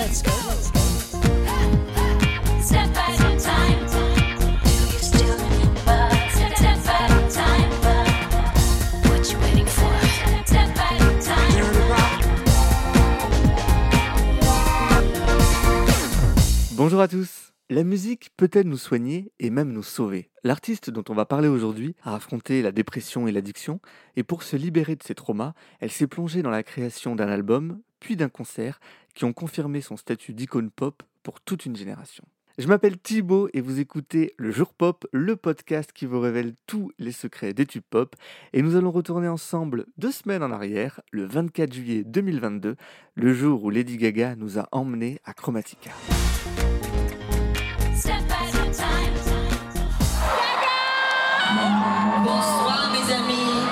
let's go. Step at a time. Do you still step at a time? What you waiting for? Step at a time. Bonjour à tous. La musique peut-elle nous soigner et même nous sauver? L'artiste dont on va parler aujourd'hui a affronté la dépression et l'addiction, et pour se libérer de ses traumas, elle s'est plongée dans la création d'un album, puis d'un concert, qui ont confirmé son statut d'icône pop pour toute une génération. Je m'appelle Thibaut et vous écoutez Le Jour Pop, le podcast qui vous révèle tous les secrets des tubes pop, et nous allons retourner ensemble 2 semaines en arrière, le 24 juillet 2022, le jour où Lady Gaga nous a emmenés à Chromatica. Step at a time. Bonsoir mes amis.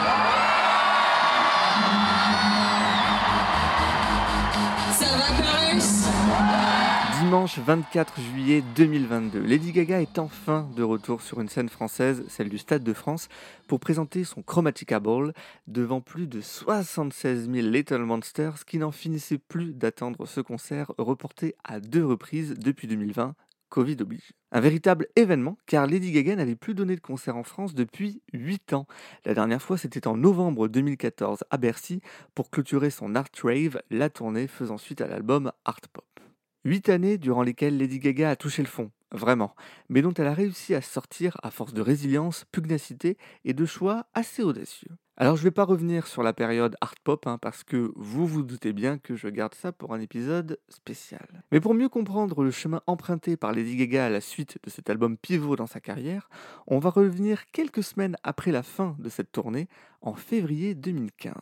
Ça va Paris? Dimanche 24 juillet 2022, Lady Gaga est enfin de retour sur une scène française, celle du Stade de France, pour présenter son Chromatica Ball devant plus de 76 000 Little Monsters qui n'en finissaient plus d'attendre ce concert reporté à 2 reprises depuis 2020. Covid oblige. Un véritable événement, car Lady Gaga n'avait plus donné de concert en France depuis 8 ans. La dernière fois, c'était en novembre 2014 à Bercy pour clôturer son Art Rave, la tournée faisant suite à l'album Art Pop. 8 années durant lesquelles Lady Gaga a touché le fond, vraiment, mais dont elle a réussi à sortir à force de résilience, pugnacité et de choix assez audacieux. Alors je ne vais pas revenir sur la période art pop, parce que vous vous doutez bien que je garde ça pour un épisode spécial. Mais pour mieux comprendre le chemin emprunté par Lady Gaga à la suite de cet album pivot dans sa carrière, on va revenir quelques semaines après la fin de cette tournée, en février 2015.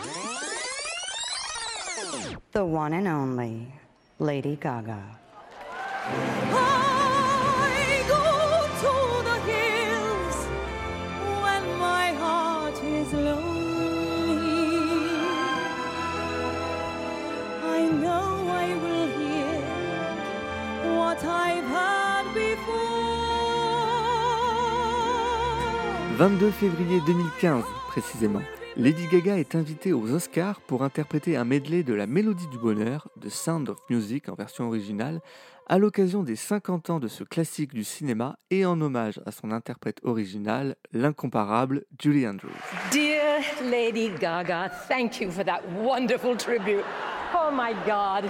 The one and only Lady Gaga. I go to the hills when my heart is lonely. I know I will hear what I've heard before. 22 février 2015, précisément. Lady Gaga est invitée aux Oscars pour interpréter un medley de La Mélodie du Bonheur, de Sound of Music en version originale, à l'occasion des 50 ans de ce classique du cinéma et en hommage à son interprète original, l'incomparable Julie Andrews. Dear Lady Gaga, thank you for that wonderful tribute. Oh my God.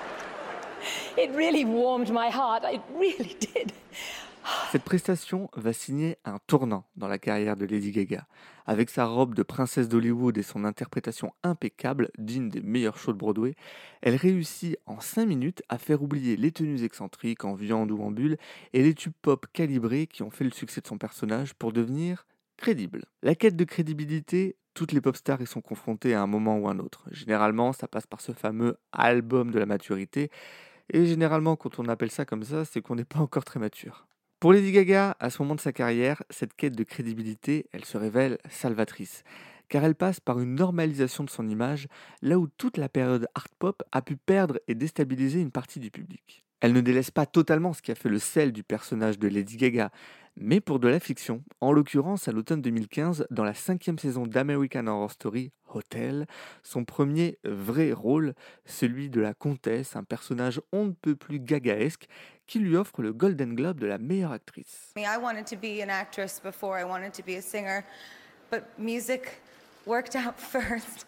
It really warmed my heart. It really did. Cette prestation va signer un tournant dans la carrière de Lady Gaga. Avec sa robe de princesse d'Hollywood et son interprétation impeccable, digne des meilleurs shows de Broadway, elle réussit en 5 minutes à faire oublier les tenues excentriques en viande ou en bulle et les tubes pop calibrés qui ont fait le succès de son personnage pour devenir crédible. La quête de crédibilité, toutes les pop stars y sont confrontées à un moment ou un autre. Généralement, ça passe par ce fameux album de la maturité, et généralement, quand on appelle ça comme ça, c'est qu'on n'est pas encore très mature. Pour Lady Gaga, à ce moment de sa carrière, cette quête de crédibilité, elle se révèle salvatrice, car elle passe par une normalisation de son image, là où toute la période art pop a pu perdre et déstabiliser une partie du public. Elle ne délaisse pas totalement ce qui a fait le sel du personnage de Lady Gaga, mais pour de la fiction, en l'occurrence à l'automne 2015, dans la 5e saison d'American Horror Story, Hotel, son premier vrai rôle, celui de la comtesse, un personnage on ne peut plus gagaesque, qui lui offre le Golden Globe de la meilleure actrice. I wanted to be an actress before I wanted to be a singer, but music worked out first.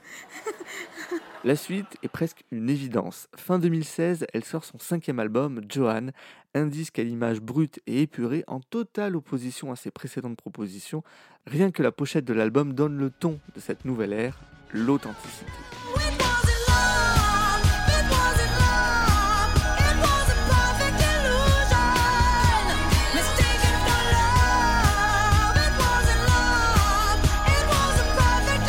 La suite est presque une évidence. Fin 2016, elle sort son 5e album, Joanne, un disque à l'image brute et épurée, en totale opposition à ses précédentes propositions. Rien que la pochette de l'album donne le ton de cette nouvelle ère, l'authenticité. It wasn't love, it wasn't love, it was a perfect illusion. Mistaken for love, it wasn't love, it was a perfect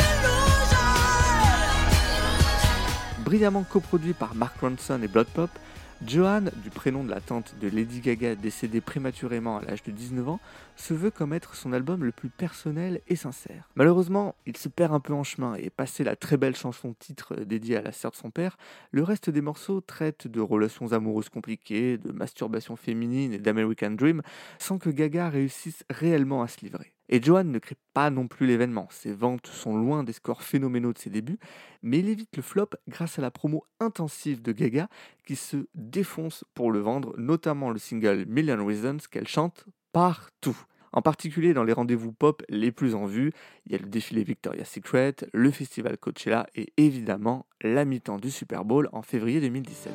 illusion. Brillamment coproduit par Mark Ronson et Blood Pop, Joanne, du prénom de la tante de Lady Gaga décédée prématurément à l'âge de 19 ans, se veut comme être son album le plus personnel et sincère. Malheureusement, il se perd un peu en chemin et passé la très belle chanson-titre dédiée à la sœur de son père, le reste des morceaux traitent de relations amoureuses compliquées, de masturbation féminine et d'American Dream, sans que Gaga réussisse réellement à se livrer. Et Joanne ne crée pas non plus l'événement, ses ventes sont loin des scores phénoménaux de ses débuts, mais il évite le flop grâce à la promo intensive de Gaga qui se défonce pour le vendre, notamment le single Million Reasons qu'elle chante partout. En particulier dans les rendez-vous pop les plus en vue, il y a le défilé Victoria's Secret, le festival Coachella et évidemment la mi-temps du Super Bowl en février 2017.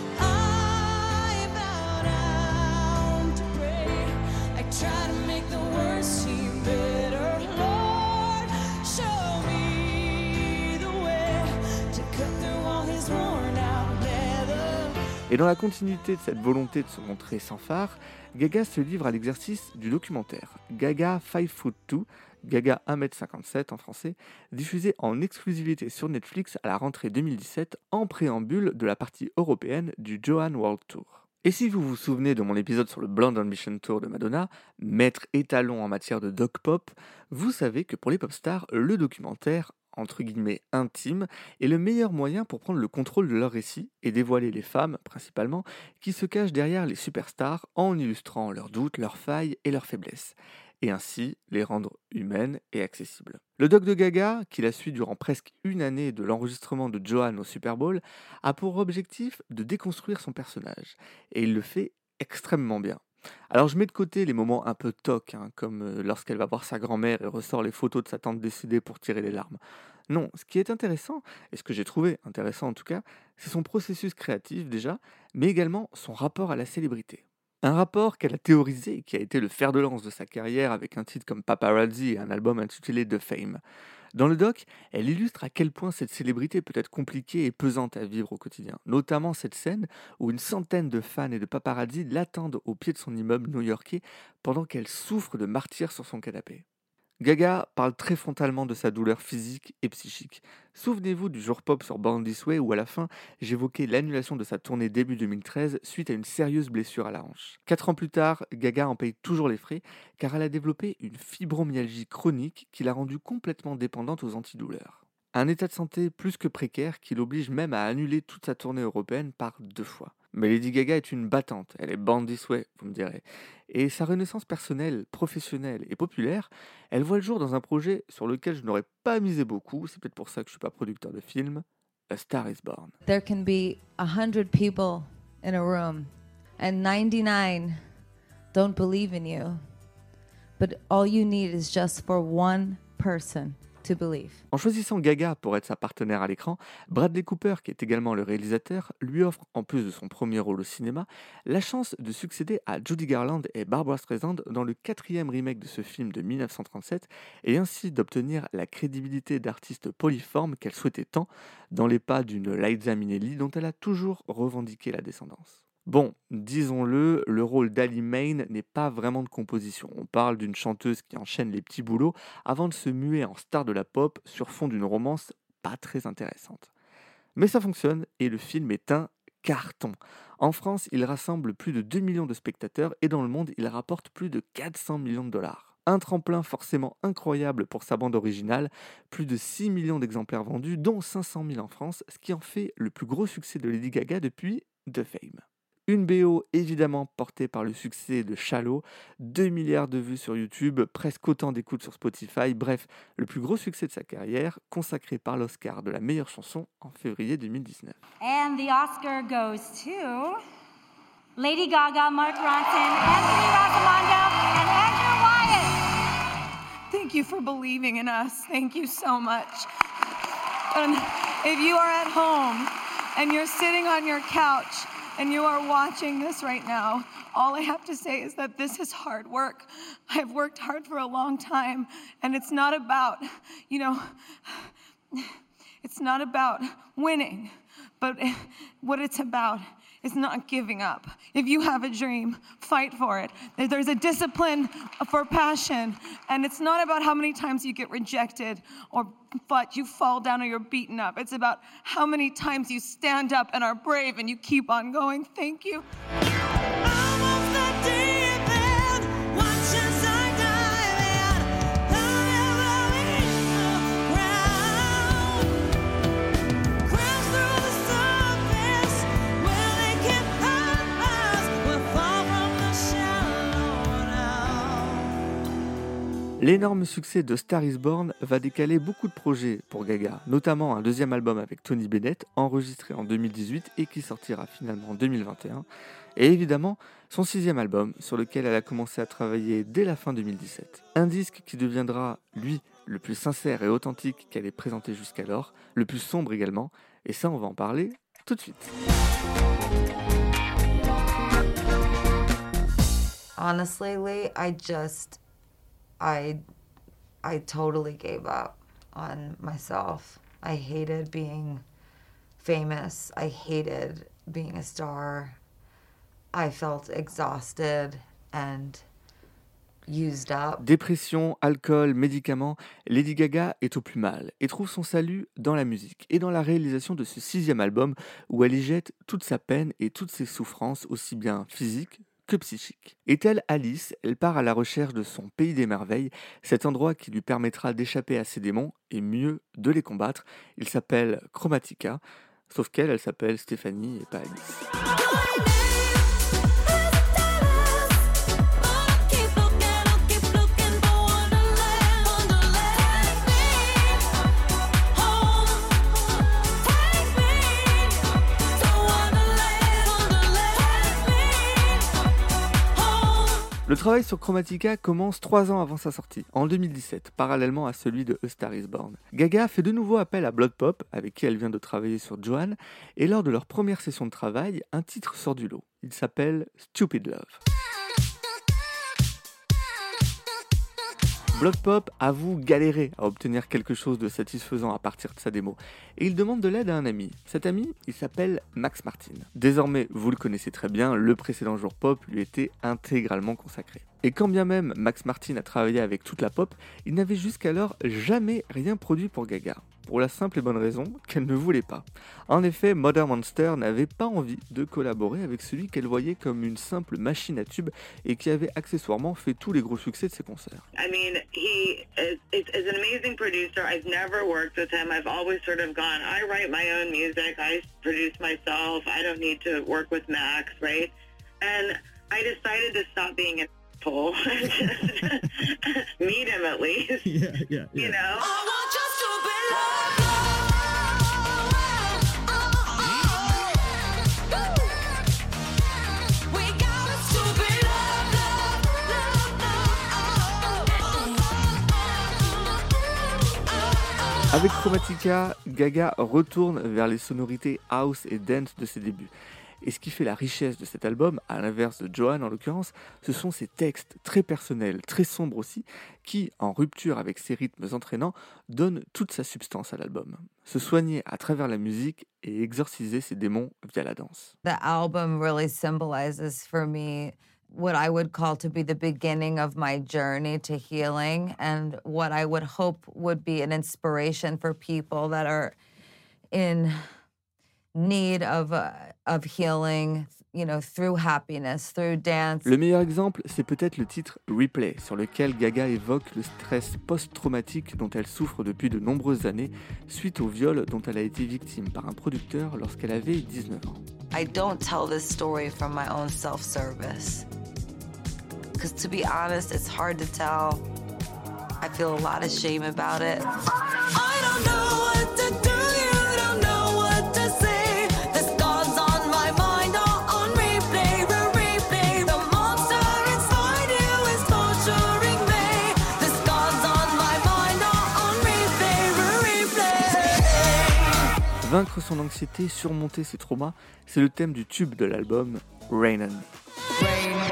I bow down to pray. I try to make the worst seem better. Lord, show me the way to cut through all his worn out leather. Et dans la continuité de cette volonté de se montrer sans phare, Gaga se livre à l'exercice du documentaire Gaga 5'2", Gaga 1m57 en français, diffusé en exclusivité sur Netflix à la rentrée 2017 en préambule de la partie européenne du Joanne World Tour. Et si vous vous souvenez de mon épisode sur le Blonde Ambition Tour de Madonna, maître étalon en matière de doc pop, vous savez que pour les pop stars, le documentaire entre guillemets intime est le meilleur moyen pour prendre le contrôle de leur récit et dévoiler les femmes, principalement, qui se cachent derrière les superstars en illustrant leurs doutes, leurs failles et leurs faiblesses, et ainsi les rendre humaines et accessibles. Le doc de Gaga, qui la suit durant presque une année de l'enregistrement de Joanne au Super Bowl, a pour objectif de déconstruire son personnage, et il le fait extrêmement bien. Alors je mets de côté les moments un peu tocs, comme lorsqu'elle va voir sa grand-mère et ressort les photos de sa tante décédée pour tirer les larmes. Non, ce qui est intéressant, et ce que j'ai trouvé intéressant en tout cas, c'est son processus créatif déjà, mais également son rapport à la célébrité. Un rapport qu'elle a théorisé et qui a été le fer de lance de sa carrière avec un titre comme Paparazzi et un album intitulé The Fame. Dans le doc, elle illustre à quel point cette célébrité peut être compliquée et pesante à vivre au quotidien, notamment cette scène où une centaine de fans et de paparazzi l'attendent au pied de son immeuble new-yorkais pendant qu'elle souffre de martyre sur son canapé. Gaga parle très frontalement de sa douleur physique et psychique. Souvenez-vous du jour pop sur Born This Way où à la fin, j'évoquais l'annulation de sa tournée début 2013 suite à une sérieuse blessure à la hanche. 4 ans plus tard, Gaga en paye toujours les frais car elle a développé une fibromyalgie chronique qui l'a rendue complètement dépendante aux antidouleurs. Un état de santé plus que précaire qui l'oblige même à annuler toute sa tournée européenne par 2 fois. Mais Lady Gaga est une battante, elle est Born This Way, vous me direz. Et sa renaissance personnelle, professionnelle et populaire, elle voit le jour dans un projet sur lequel je n'aurais pas misé beaucoup, c'est peut-être pour ça que je ne suis pas producteur de film, A Star is Born. There can be 100 people in a room and 99 don't believe in you. But all you need is just for one person to believe. En choisissant Gaga pour être sa partenaire à l'écran, Bradley Cooper, qui est également le réalisateur, lui offre, en plus de son premier rôle au cinéma, la chance de succéder à Judy Garland et Barbra Streisand dans le 4e remake de ce film de 1937 et ainsi d'obtenir la crédibilité d'artiste polyforme qu'elle souhaitait tant dans les pas d'une Liza Minnelli dont elle a toujours revendiqué la descendance. Bon, disons-le, le rôle d'Ali Main n'est pas vraiment de composition. On parle d'une chanteuse qui enchaîne les petits boulots avant de se muer en star de la pop sur fond d'une romance pas très intéressante. Mais ça fonctionne et le film est un carton. En France, il rassemble plus de 2 millions de spectateurs et dans le monde, il rapporte plus de 400 millions de dollars. Un tremplin forcément incroyable pour sa bande originale, plus de 6 millions d'exemplaires vendus, dont 500 000 en France, ce qui en fait le plus gros succès de Lady Gaga depuis The Fame. Une BO évidemment portée par le succès de Shallow, 2 milliards de vues sur YouTube, presque autant d'écoutes sur Spotify, bref, le plus gros succès de sa carrière, consacré par l'Oscar de la meilleure chanson en février 2019. And the Oscar goes to Lady Gaga, Mark Ronson, Anthony Raccomando, and Andrew Wyatt. Thank you for believing in us. Thank you so much. And if you are at home and you're sitting on your couch and you are watching this right now, all I have to say is that this is hard work. I've worked hard for a long time, and it's not about, it's not about winning, but what it's about is not giving up. If you have a dream, fight for it. There's a discipline for passion, and it's not about how many times you get rejected or but you fall down or you're beaten up. It's about how many times you stand up and are brave and you keep on going. Thank you. L'énorme succès de Star is Born va décaler beaucoup de projets pour Gaga, notamment un deuxième album avec Tony Bennett, enregistré en 2018 et qui sortira finalement en 2021, et évidemment son 6e album sur lequel elle a commencé à travailler dès la fin 2017. Un disque qui deviendra, lui, le plus sincère et authentique qu'elle ait présenté jusqu'alors, le plus sombre également, et ça on va en parler tout de suite. Honestly, Lee, I totally gave up on myself. I hated being famous. I hated being a star. I felt exhausted and used up. Dépression, alcool, médicaments, Lady Gaga est au plus mal et trouve son salut dans la musique et dans la réalisation de ce 6e album où elle y jette toute sa peine et toutes ses souffrances, aussi bien physiques que psychiques. Et telle Alice, elle part à la recherche de son pays des merveilles, cet endroit qui lui permettra d'échapper à ses démons et mieux de les combattre. Il s'appelle Chromatica, sauf qu'elle, elle s'appelle Stéphanie et pas Alice. Le travail sur Chromatica commence 3 ans avant sa sortie, en 2017, parallèlement à celui de A Star is Born. Gaga fait de nouveau appel à Blood Pop, avec qui elle vient de travailler sur Joanne, et lors de leur première session de travail, un titre sort du lot. Il s'appelle Stupid Love. Blood Pop avoue galérer à obtenir quelque chose de satisfaisant à partir de sa démo, et il demande de l'aide à un ami. Cet ami, il s'appelle Max Martin. Désormais, vous le connaissez très bien, le précédent jour pop lui était intégralement consacré. Et quand bien même Max Martin a travaillé avec toute la pop, il n'avait jusqu'alors jamais rien produit pour Gaga, pour la simple et bonne raison qu'elle ne voulait pas. En effet, Mother Monster n'avait pas envie de collaborer avec celui qu'elle voyait comme une simple machine à tubes et qui avait accessoirement fait tous les gros succès de ses concerts. I mean, he is an amazing producer. I've never worked with him. I've always sort of gone, I write my own music. I produce myself. I don't need to work with Max, right? And I decided to stop being an asshole and just meet him at least. Yeah. You know? I want just to be loved. We got us to be loved. Avec Chromatica, Gaga retourne vers les sonorités house et dance de ses débuts. Et ce qui fait la richesse de cet album, à l'inverse de Joanne en l'occurrence, ce sont ses textes très personnels, très sombres aussi, qui, en rupture avec ses rythmes entraînants, donnent toute sa substance à l'album. Se soigner à travers la musique et exorciser ses démons via la danse. The album really symbolizes for me what I would call to be the beginning of my journey to healing and what I would hope would be an inspiration for people that are in need of healing, you know, through happiness, through dance. Le meilleur exemple, c'est peut-être le titre Replay, sur lequel Gaga évoque le stress post-traumatique dont elle souffre depuis de nombreuses années suite au viol dont elle a été victime par un producteur lorsqu'elle avait 19 ans. I don't tell this story from my own self-service. Because to be honest, it's hard to tell. I feel a lot of shame about it. I don't know what to do, you don't know what to say. The scars on my mind are on replay, replay. The monster inside you is torturing me. The scars on my mind are on replay, replay. Vaincre son anxiété, surmonter ses traumas, c'est le thème du tube de l'album Rain on Me.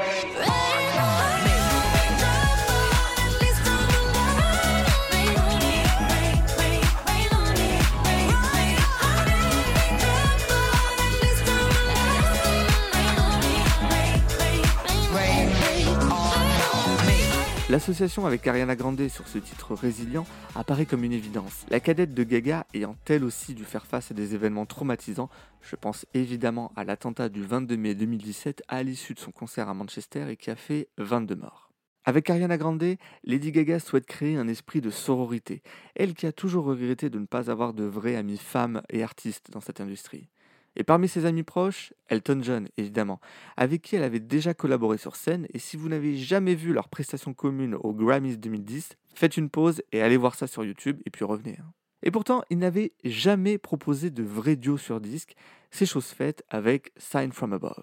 L'association avec Ariana Grande sur ce titre résilient apparaît comme une évidence. La cadette de Gaga ayant elle aussi dû faire face à des événements traumatisants, je pense évidemment à l'attentat du 22 mai 2017 à l'issue de son concert à Manchester et qui a fait 22 morts. Avec Ariana Grande, Lady Gaga souhaite créer un esprit de sororité, elle qui a toujours regretté de ne pas avoir de vraies amies femmes et artistes dans cette industrie. Et parmi ses amis proches, Elton John, évidemment, avec qui elle avait déjà collaboré sur scène. Et si vous n'avez jamais vu leur prestation commune aux Grammys 2010, faites une pause et allez voir ça sur YouTube et puis revenez. Et pourtant, il n'avait jamais proposé de vrai duo sur disque. C'est chose faite avec Sign from Above.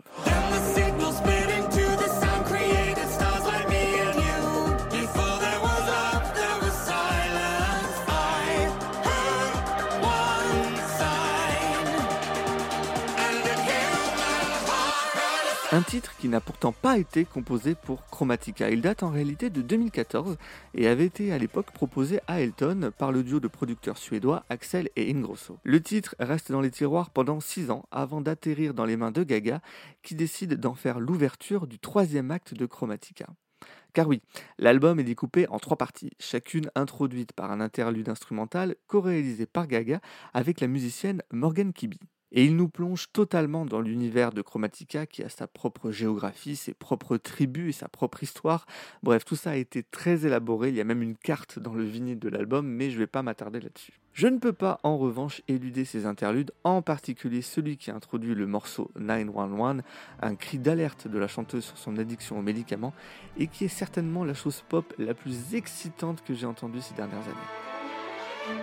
Un titre qui n'a pourtant pas été composé pour Chromatica. Il date en réalité de 2014 et avait été à l'époque proposé à Elton par le duo de producteurs suédois Axel et Ingrosso. Le titre reste dans les tiroirs pendant 6 ans avant d'atterrir dans les mains de Gaga qui décide d'en faire l'ouverture du 3e acte de Chromatica. Car oui, l'album est découpé en 3 parties, chacune introduite par un interlude instrumental co-réalisé par Gaga avec la musicienne Morgan Kibbe. Et il nous plonge totalement dans l'univers de Chromatica qui a sa propre géographie, ses propres tribus et sa propre histoire. Bref, tout ça a été très élaboré, il y a même une carte dans le vinyle de l'album, mais je ne vais pas m'attarder là-dessus. Je ne peux pas en revanche éluder ces interludes, en particulier celui qui introduit le morceau 911, un cri d'alerte de la chanteuse sur son addiction aux médicaments, et qui est certainement la chose pop la plus excitante que j'ai entendue ces dernières années.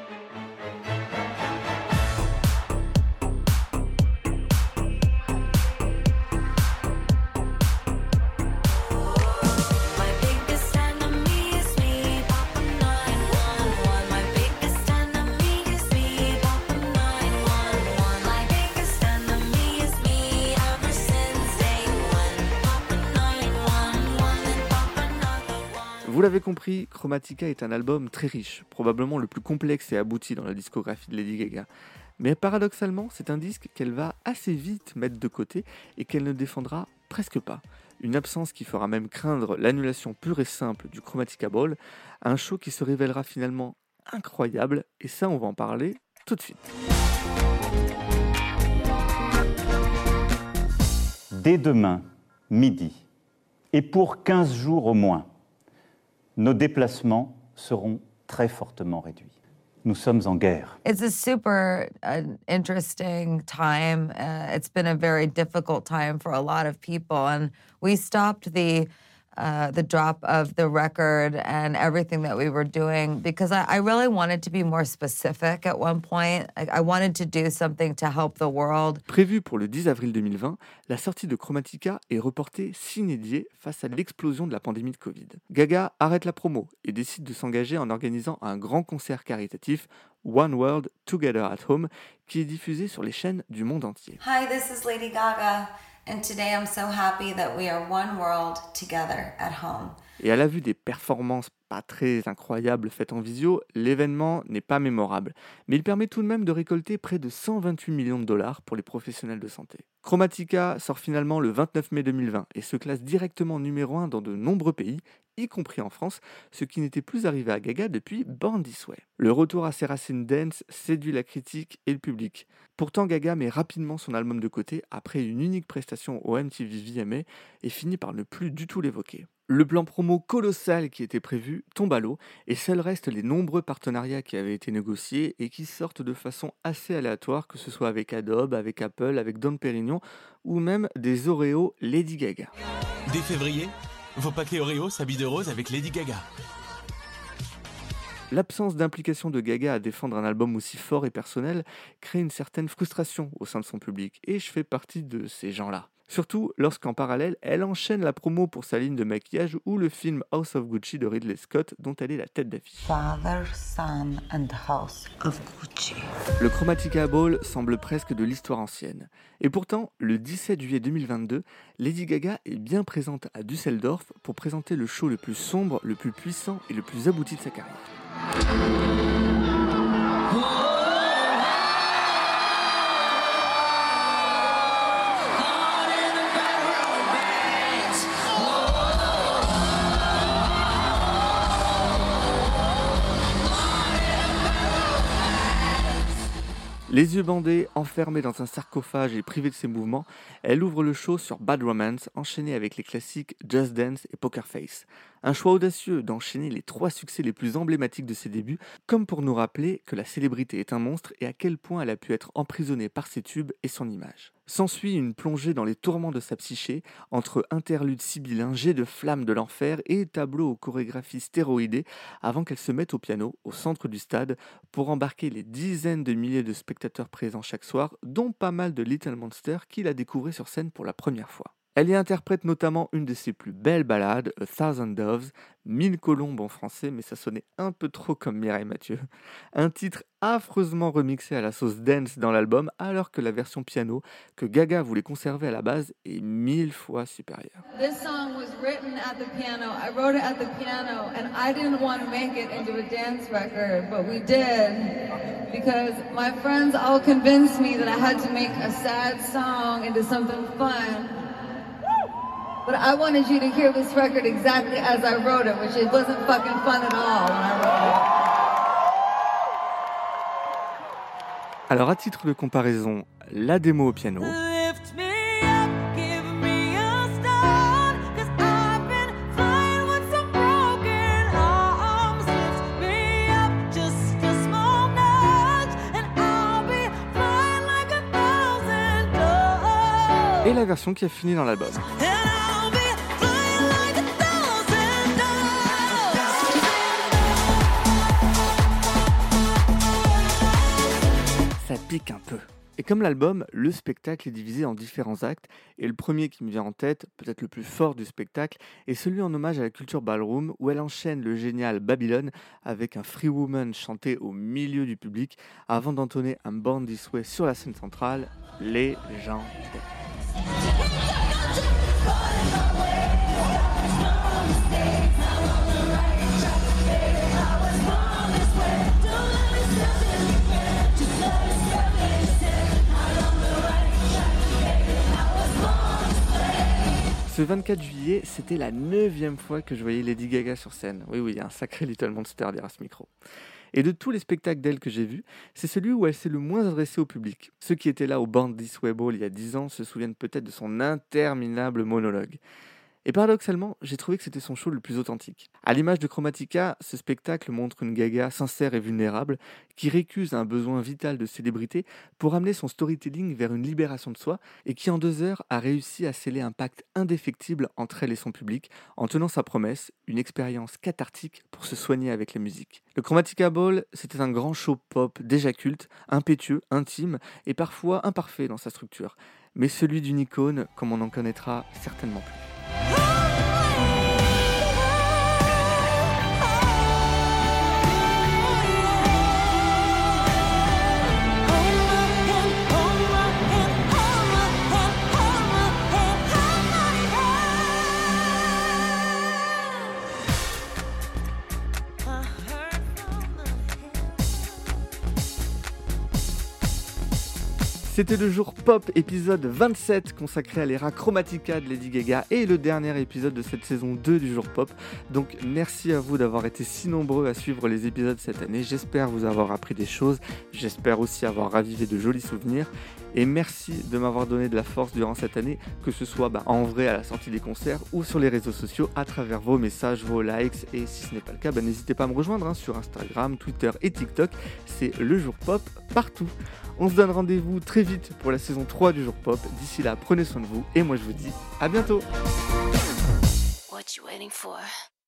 Vous l'avez compris, Chromatica est un album très riche, probablement le plus complexe et abouti dans la discographie de Lady Gaga. Mais paradoxalement, c'est un disque qu'elle va assez vite mettre de côté et qu'elle ne défendra presque pas. Une absence qui fera même craindre l'annulation pure et simple du Chromatica Ball, un show qui se révélera finalement incroyable, et ça on va en parler tout de suite. Dès demain, midi, et pour 15 jours au moins, nos déplacements seront très fortement réduits. Nous sommes en guerre. It's a super interesting time. It's been a very difficult time for a lot of people, and we stopped the drop of the record and everything that we were doing because I really wanted to be more specific at one point. I wanted to do something to help the world. Prévue pour le 10 avril 2020, la sortie de Chromatica est reportée sine die face à l'explosion de la pandémie de Covid. Gaga arrête la promo et décide de s'engager en organisant un grand concert caritatif, One World Together at Home, qui est diffusé sur les chaînes du monde entier. Hi, this is Lady Gaga, and today I'm so happy that we are one world together at home. Et à la vue des performances pas très incroyables faites en visio, l'événement n'est pas mémorable, mais il permet tout de même de récolter près de 128 millions de dollars pour les professionnels de santé. Chromatica sort finalement le 29 mai 2020 et se classe directement numéro 1 dans de nombreux pays, y compris en France, ce qui n'était plus arrivé à Gaga depuis Born This Way. Le retour à ses racines dance séduit la critique et le public. Pourtant, Gaga met rapidement son album de côté après une unique prestation au MTV VMA et finit par ne plus du tout l'évoquer. Le plan promo colossal qui était prévu tombe à l'eau et seuls restent les nombreux partenariats qui avaient été négociés et qui sortent de façon assez aléatoire, que ce soit avec Adobe, avec Apple, avec Dom Pérignon ou même des Oreo Lady Gaga. Dès février, vos paquets Oreo s'habillent de rose avec Lady Gaga. L'absence d'implication de Gaga à défendre un album aussi fort et personnel crée une certaine frustration au sein de son public et je fais partie de ces gens-là. Surtout lorsqu'en parallèle, elle enchaîne la promo pour sa ligne de maquillage ou le film House of Gucci de Ridley Scott dont elle est la tête d'affiche. Father, Son and House of Gucci. Le Chromatica Ball semble presque de l'histoire ancienne. Et pourtant, le 17 juillet 2022, Lady Gaga est bien présente à Düsseldorf pour présenter le show le plus sombre, le plus puissant et le plus abouti de sa carrière. Les yeux bandés, enfermée dans un sarcophage et privée de ses mouvements, elle ouvre le show sur Bad Romance, enchaîné avec les classiques Just Dance et Poker Face. Un choix audacieux d'enchaîner les 3 succès les plus emblématiques de ses débuts, comme pour nous rappeler que la célébrité est un monstre et à quel point elle a pu être emprisonnée par ses tubes et son image. S'ensuit une plongée dans les tourments de sa psyché, entre interludes sibyllins, jets de flammes de l'enfer et tableaux aux chorégraphies stéroïdées, avant qu'elle se mette au piano, au centre du stade, pour embarquer les dizaines de milliers de spectateurs présents chaque soir, dont pas mal de Little Monster qui la découvraient sur scène pour la première fois. Elle y interprète notamment une de ses plus belles ballades, A Thousand Doves, 1000 colombes en français, mais ça sonnait un peu trop comme Mireille Mathieu. Un titre affreusement remixé à la sauce dance dans l'album, alors que la version piano que Gaga voulait conserver à la base est 1000 fois supérieure. This song was written at the piano. I wrote it at the piano, and I didn't want to make it into a dance record, but we did. Because my friends all convinced me that I had to make a sad song into something fun. But I wanted you to hear this record exactly as I wrote it, which it wasn't fucking fun at all when I wrote it. Alors à titre de comparaison, la démo au piano, Lift me up, give me a start, 'cause I've been flying with some broken arms. Lift me up, just a small nudge, and I'll be flying like a thousand doves. et la version qui a fini dans l'album. Ça pique un peu. Et comme l'album, le spectacle est divisé en différents actes, et le premier qui me vient en tête, peut-être le plus fort du spectacle, est celui en hommage à la culture ballroom, où elle enchaîne le génial Babylon avec un Free Woman chanté au milieu du public, avant d'entonner un Born This Way sur la scène centrale, légendaire. Ce 24 juillet, c'était la 9e fois que je voyais Lady Gaga sur scène. Oui, un sacré Little Monster derrière ce micro. Et de tous les spectacles d'elle que j'ai vus, c'est celui où elle s'est le moins adressée au public. Ceux qui étaient là au Born This Way Ball il y a 10 ans se souviennent peut-être de son interminable monologue. Et paradoxalement, j'ai trouvé que c'était son show le plus authentique. À l'image de Chromatica, ce spectacle montre une Gaga sincère et vulnérable qui récuse un besoin vital de célébrité pour amener son storytelling vers une libération de soi et qui en 2 heures a réussi à sceller un pacte indéfectible entre elle et son public en tenant sa promesse, une expérience cathartique pour se soigner avec la musique. Le Chromatica Ball, c'était un grand show pop déjà culte, impétueux, intime et parfois imparfait dans sa structure, mais celui d'une icône comme on n'en connaîtra certainement plus. C'était le jour pop, épisode 27, consacré à l'ère Chromatica de Lady Gaga et le dernier épisode de cette saison 2 du jour pop. Donc merci à vous d'avoir été si nombreux à suivre les épisodes cette année. J'espère vous avoir appris des choses, j'espère aussi avoir ravivé de jolis souvenirs. Et merci de m'avoir donné de la force durant cette année, que ce soit en vrai à la sortie des concerts ou sur les réseaux sociaux à travers vos messages, vos likes. Et si ce n'est pas le cas, n'hésitez pas à me rejoindre sur Instagram, Twitter et TikTok. C'est le jour pop partout. On se donne rendez-vous très vite pour la saison 3 du jour pop. D'ici là, prenez soin de vous et moi je vous dis à bientôt. What you waiting for?